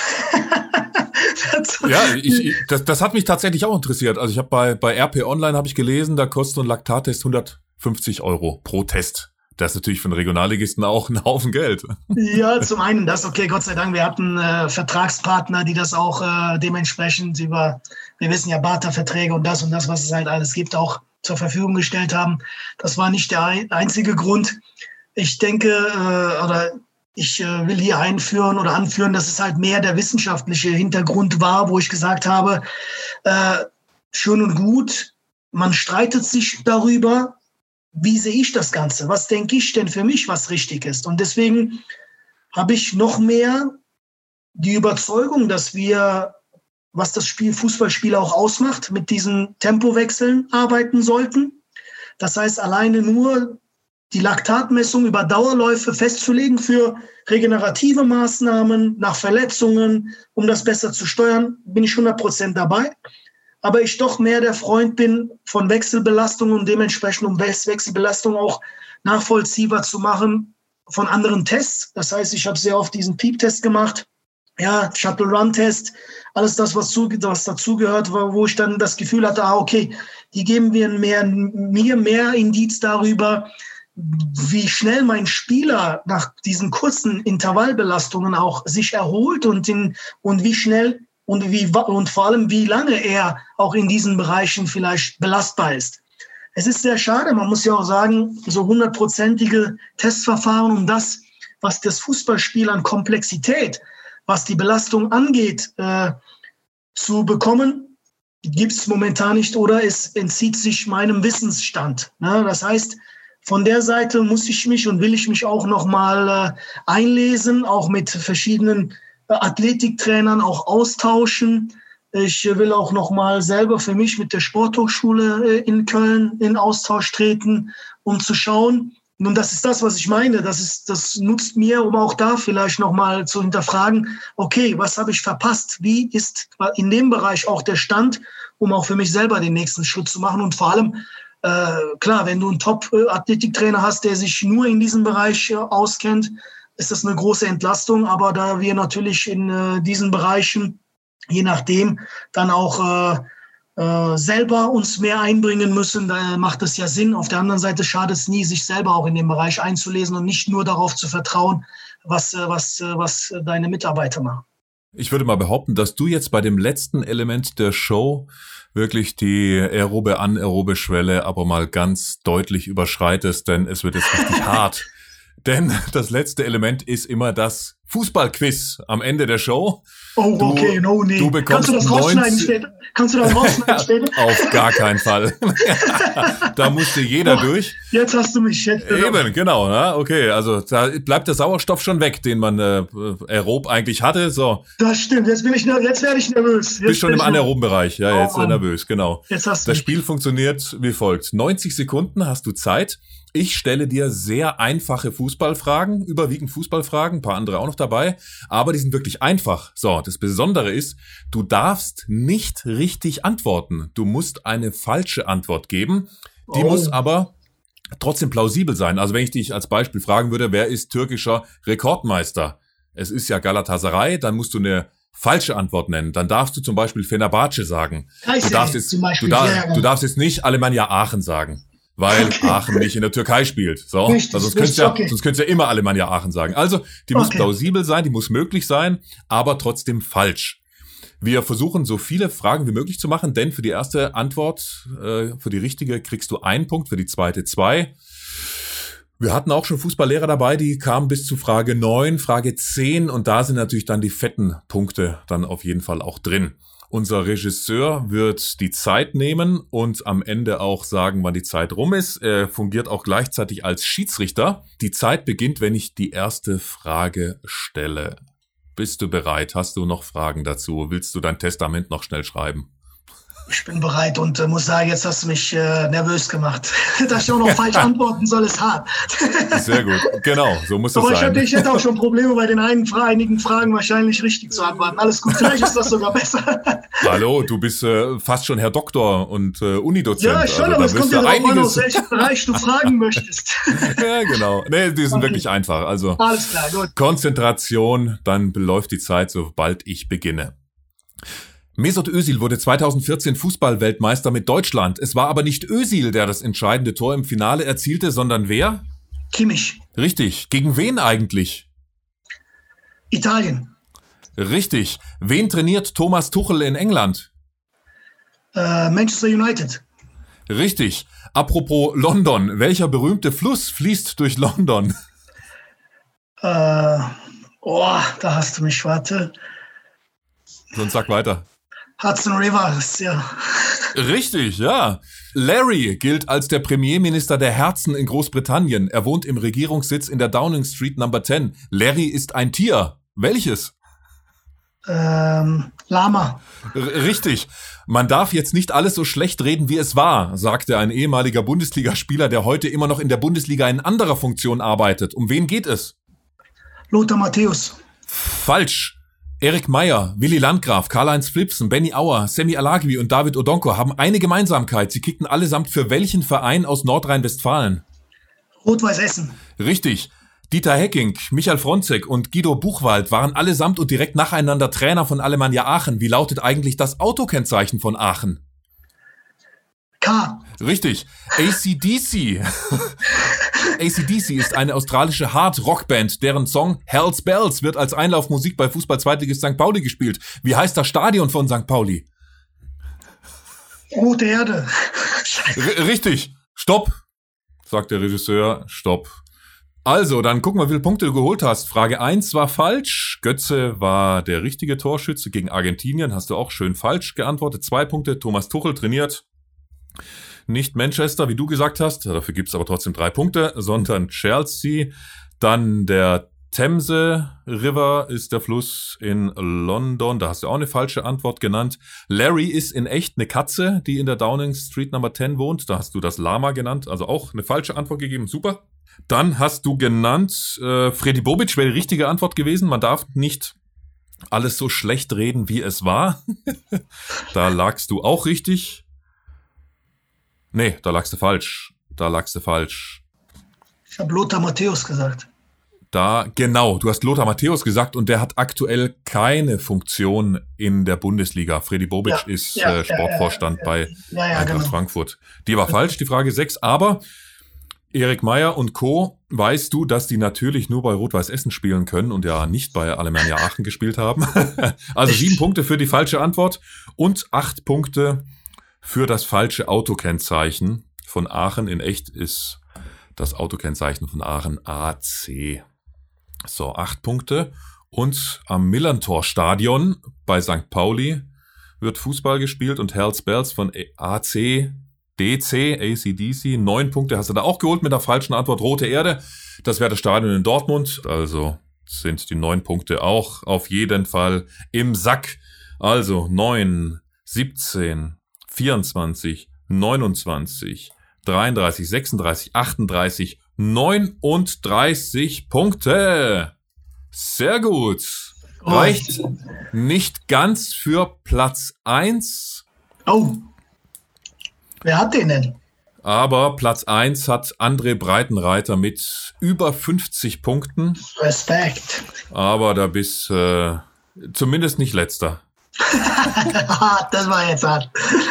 hat. Ja, ich, ich, das, das hat mich tatsächlich auch interessiert. Also ich habe bei, bei R P Online habe ich gelesen, da kostet so ein Laktattest hundertfünfzig Euro pro Test. Das ist natürlich für einen Regionalligisten auch ein Haufen Geld. Ja, zum einen das, okay, Gott sei Dank, wir hatten äh, Vertragspartner, die das auch äh, dementsprechend über, wir wissen ja, Barterverträge und das und das, was es halt alles gibt, auch zur Verfügung gestellt haben. Das war nicht der ein, einzige Grund. Ich denke, äh, oder ich äh, will hier einführen oder anführen, dass es halt mehr der wissenschaftliche Hintergrund war, wo ich gesagt habe, äh, schön und gut, man streitet sich darüber, wie sehe ich das Ganze? Was denke ich denn für mich, was richtig ist? Und deswegen habe ich noch mehr die Überzeugung, dass wir, was das Spiel Fußballspiel auch ausmacht, mit diesen Tempowechseln arbeiten sollten. Das heißt, alleine nur die Laktatmessung über Dauerläufe festzulegen für regenerative Maßnahmen nach Verletzungen, um das besser zu steuern, bin ich hundert Prozent dabei. Aber ich doch mehr der Freund bin von Wechselbelastung und dementsprechend, um Wechselbelastung auch nachvollziehbar zu machen von anderen Tests. Das heißt, ich habe sehr oft diesen Peep-Test gemacht, ja, Shuttle-Run-Test, alles das, was, zu, was dazugehört, wo ich dann das Gefühl hatte, ah, okay, die geben mir mehr, mir mehr Indiz darüber, wie schnell mein Spieler nach diesen kurzen Intervallbelastungen auch sich erholt und, in, und wie schnell und, wie, und vor allem, wie lange er auch in diesen Bereichen vielleicht belastbar ist. Es ist sehr schade, man muss ja auch sagen, so hundertprozentige Testverfahren, um das, was das Fußballspiel an Komplexität, was die Belastung angeht, äh, zu bekommen, gibt es momentan nicht oder es entzieht sich meinem Wissensstand. Ne? Das heißt, von der Seite muss ich mich und will ich mich auch nochmal äh, einlesen, auch mit verschiedenen äh, Athletiktrainern auch austauschen. Ich äh, will auch nochmal selber für mich mit der Sporthochschule äh, in Köln in Austausch treten, um zu schauen. Und das ist das, was ich meine. Das ist, das nutzt mir, um auch da vielleicht nochmal zu hinterfragen, okay, was habe ich verpasst? Wie ist in dem Bereich auch der Stand, um auch für mich selber den nächsten Schritt zu machen und vor allem, Äh, klar, wenn du einen Top-Athletiktrainer hast, der sich nur in diesem Bereich äh, auskennt, ist das eine große Entlastung. Aber da wir natürlich in äh, diesen Bereichen, je nachdem, dann auch äh, äh, selber uns mehr einbringen müssen, da macht es ja Sinn. Auf der anderen Seite schadet es nie, sich selber auch in den Bereich einzulesen und nicht nur darauf zu vertrauen, was, äh, was, äh, was deine Mitarbeiter machen. Ich würde mal behaupten, dass du jetzt bei dem letzten Element der Show wirklich die aerobe, anaerobe Schwelle aber mal ganz deutlich überschreitest, denn es wird jetzt richtig hart. Denn das letzte Element ist immer das Fußballquiz am Ende der Show. Oh, du, okay, no, nee. Du bekommst Kannst du das rausschneiden später? Kannst du das rausschneiden später? Auf gar keinen Fall. Da musste jeder oh, durch. Jetzt hast du mich jetzt. Eben, genau. Na, okay, also da bleibt der Sauerstoff schon weg, den man äh, aerob eigentlich hatte. So. Das stimmt, jetzt bin ich jetzt werde ich nervös. Jetzt bist schon im anaeroben Bereich, ja, oh, jetzt oh, nervös, genau. Jetzt hast du das mich. Spiel funktioniert wie folgt. neunzig Sekunden hast du Zeit. Ich stelle dir sehr einfache Fußballfragen, überwiegend Fußballfragen, ein paar andere auch noch dabei, aber die sind wirklich einfach. So, das Besondere ist, du darfst nicht richtig antworten. Du musst eine falsche Antwort geben. Die oh. muss aber trotzdem plausibel sein. Also wenn ich dich als Beispiel fragen würde, wer ist türkischer Rekordmeister? Es ist ja Galatasaray, dann musst du eine falsche Antwort nennen. Dann darfst du zum Beispiel Fenerbahce sagen. Du darfst, jetzt, du, darf, du darfst jetzt nicht Alemannia Aachen sagen. Weil okay. Aachen nicht in der Türkei spielt. So, richtig, also sonst könntest du ja, okay. sonst könntest ja immer Alemannia Aachen sagen. Also, die muss okay. plausibel sein, die muss möglich sein, aber trotzdem falsch. Wir versuchen, so viele Fragen wie möglich zu machen, denn für die erste Antwort, äh, für die richtige, kriegst du einen Punkt, für die zweite zwei. Wir hatten auch schon Fußballlehrer dabei, die kamen bis zu Frage neun, Frage zehn und da sind natürlich dann die fetten Punkte dann auf jeden Fall auch drin. Unser Regisseur wird die Zeit nehmen und am Ende auch sagen, wann die Zeit rum ist. Er fungiert auch gleichzeitig als Schiedsrichter. Die Zeit beginnt, wenn ich die erste Frage stelle. Bist du bereit? Hast du noch Fragen dazu? Willst du dein Testament noch schnell schreiben? Ich bin bereit und äh, muss sagen, jetzt hast du mich äh, nervös gemacht. Dass ich auch noch falsch antworten soll, ist hart. Sehr gut, genau, so muss es Aber sein. Aber ich hätte auch schon Probleme, bei den einen, einigen Fragen wahrscheinlich richtig zu antworten. Alles gut, vielleicht ist das sogar besser. Hallo, du bist äh, fast schon Herr Doktor und äh, Unidozent. Ja, schon, also, aber es kommt ja darauf an, aus welchem Bereich du fragen möchtest. Ja, genau. Nee, die sind okay. Wirklich einfach. Also alles klar, gut. Konzentration, dann läuft die Zeit, sobald ich beginne. Mesut Özil wurde zweitausendvierzehn Fußball-Weltmeister mit Deutschland. Es war aber nicht Özil, der das entscheidende Tor im Finale erzielte, sondern wer? Kimmich. Richtig. Gegen wen eigentlich? Italien. Richtig. Wen trainiert Thomas Tuchel in England? Äh, Manchester United. Richtig. Apropos London. Welcher berühmte Fluss fließt durch London? Äh, oh, da hast du mich, warte. Sonst sag weiter. Hudson River ist ja. Richtig, ja. Larry gilt als der Premierminister der Herzen in Großbritannien. Er wohnt im Regierungssitz in der Downing Street Number zehn. Larry ist ein Tier. Welches? Ähm, Lama. R- richtig. Man darf jetzt nicht alles so schlecht reden, wie es war, sagte ein ehemaliger Bundesligaspieler, der heute immer noch in der Bundesliga in anderer Funktion arbeitet. Um wen geht es? Lothar Matthäus. Falsch. Erik Meyer, Willi Landgraf, Karl-Heinz Flipsen, Benny Auer, Semi Alagui und David Odonko haben eine Gemeinsamkeit. Sie kickten allesamt für welchen Verein aus Nordrhein-Westfalen? Rot-Weiß Essen. Richtig. Dieter Hecking, Michael Fronzek und Guido Buchwald waren allesamt und direkt nacheinander Trainer von Alemannia Aachen. Wie lautet eigentlich das Autokennzeichen von Aachen? K. Richtig. A C D C. A C D C ist eine australische Hard-Rock-Band, deren Song Hell's Bells wird als Einlaufmusik bei Fußball-Zweitligist Sankt Pauli gespielt. Wie heißt das Stadion von Sankt Pauli? Rote Erde. R- richtig. Stopp, sagt der Regisseur. Stopp. Also, dann gucken wir, wie viele Punkte du geholt hast. Frage eins war falsch. Götze war der richtige Torschütze gegen Argentinien. Hast du auch schön falsch geantwortet. Zwei Punkte. Thomas Tuchel trainiert nicht Manchester, wie du gesagt hast. Dafür gibt's aber trotzdem drei Punkte, sondern Chelsea. Dann der Themse River ist der Fluss in London. Da hast du auch eine falsche Antwort genannt. Larry ist in echt eine Katze, die in der Downing Street Number zehn wohnt. Da hast du das Lama genannt. Also auch eine falsche Antwort gegeben. Super. Dann hast du genannt, äh, Fredi Bobic wäre die richtige Antwort gewesen. Man darf nicht alles so schlecht reden, wie es war. Da lagst du auch richtig. Nee, da lagst du falsch. Da lagst du falsch. Ich habe Lothar Matthäus gesagt. Da, genau, du hast Lothar Matthäus gesagt und der hat aktuell keine Funktion in der Bundesliga. Fredi Bobic Ja, ist ja, äh, Sportvorstand ja, ja, ja. bei Ja, ja, Eintracht genau. Frankfurt. Die war falsch, die Frage sechs, aber Erik Meyer und Co. Weißt du, dass die natürlich nur bei Rot-Weiß Essen spielen können und ja nicht bei Alemannia Aachen gespielt haben? Also sieben Punkte für die falsche Antwort und acht Punkte für das falsche Autokennzeichen von Aachen. In echt ist das Autokennzeichen von Aachen A C. So, acht Punkte. Und am Millantor-Stadion bei Sankt Pauli wird Fußball gespielt und Hell's Bells von A C D C, A C D C. Neun Punkte hast du da auch geholt mit der falschen Antwort. Rote Erde, das wäre das Stadion in Dortmund. Also sind die neun Punkte auch auf jeden Fall im Sack. Also neun, siebzehn, vierundzwanzig, neunundzwanzig, dreiunddreißig, sechsunddreißig, achtunddreißig, neununddreißig Punkte. Sehr gut. Reicht nicht ganz für Platz eins. Oh. Wer hat den denn? Aber Platz eins hat André Breitenreiter mit über fünfzig Punkten. Respekt. Aber da bist äh, zumindest nicht letzter. Das war jetzt hart.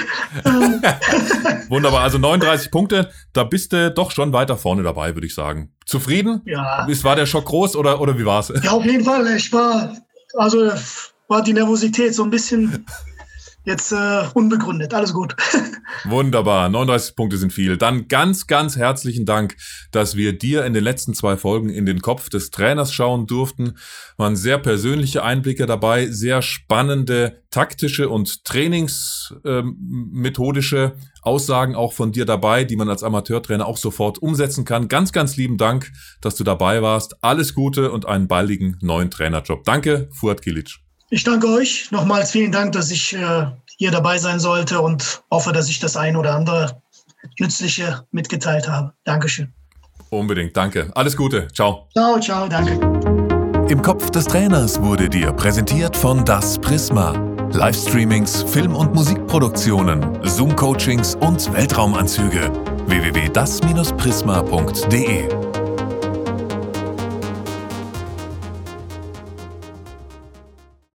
Wunderbar, also neununddreißig Punkte, da bist du doch schon weiter vorne dabei, würde ich sagen. Zufrieden? Ja. War der Schock groß oder, oder wie war's? Ja, auf jeden Fall. Ich war, also war die Nervosität so ein bisschen jetzt äh, unbegründet. Alles gut. Wunderbar, neununddreißig Punkte sind viel. Dann ganz, ganz herzlichen Dank, dass wir dir in den letzten zwei Folgen in den Kopf des Trainers schauen durften. Waren sehr persönliche Einblicke dabei, sehr spannende taktische und trainingsmethodische ähm, Aussagen auch von dir dabei, die man als Amateurtrainer auch sofort umsetzen kann. Ganz, ganz lieben Dank, dass du dabei warst. Alles Gute und einen baldigen neuen Trainerjob. Danke, Fuad Kilic. Ich danke euch. Nochmals vielen Dank, dass ich äh, hier dabei sein sollte und hoffe, dass ich das ein oder andere Nützliche mitgeteilt habe. Dankeschön. Unbedingt, danke. Alles Gute. Ciao. Ciao, ciao, danke. Im Kopf des Trainers wurde dir präsentiert von das Prisma. Livestreamings, Film- und Musikproduktionen, Zoom-Coachings und Weltraumanzüge. w w w punkt das Bindestrich prisma punkt de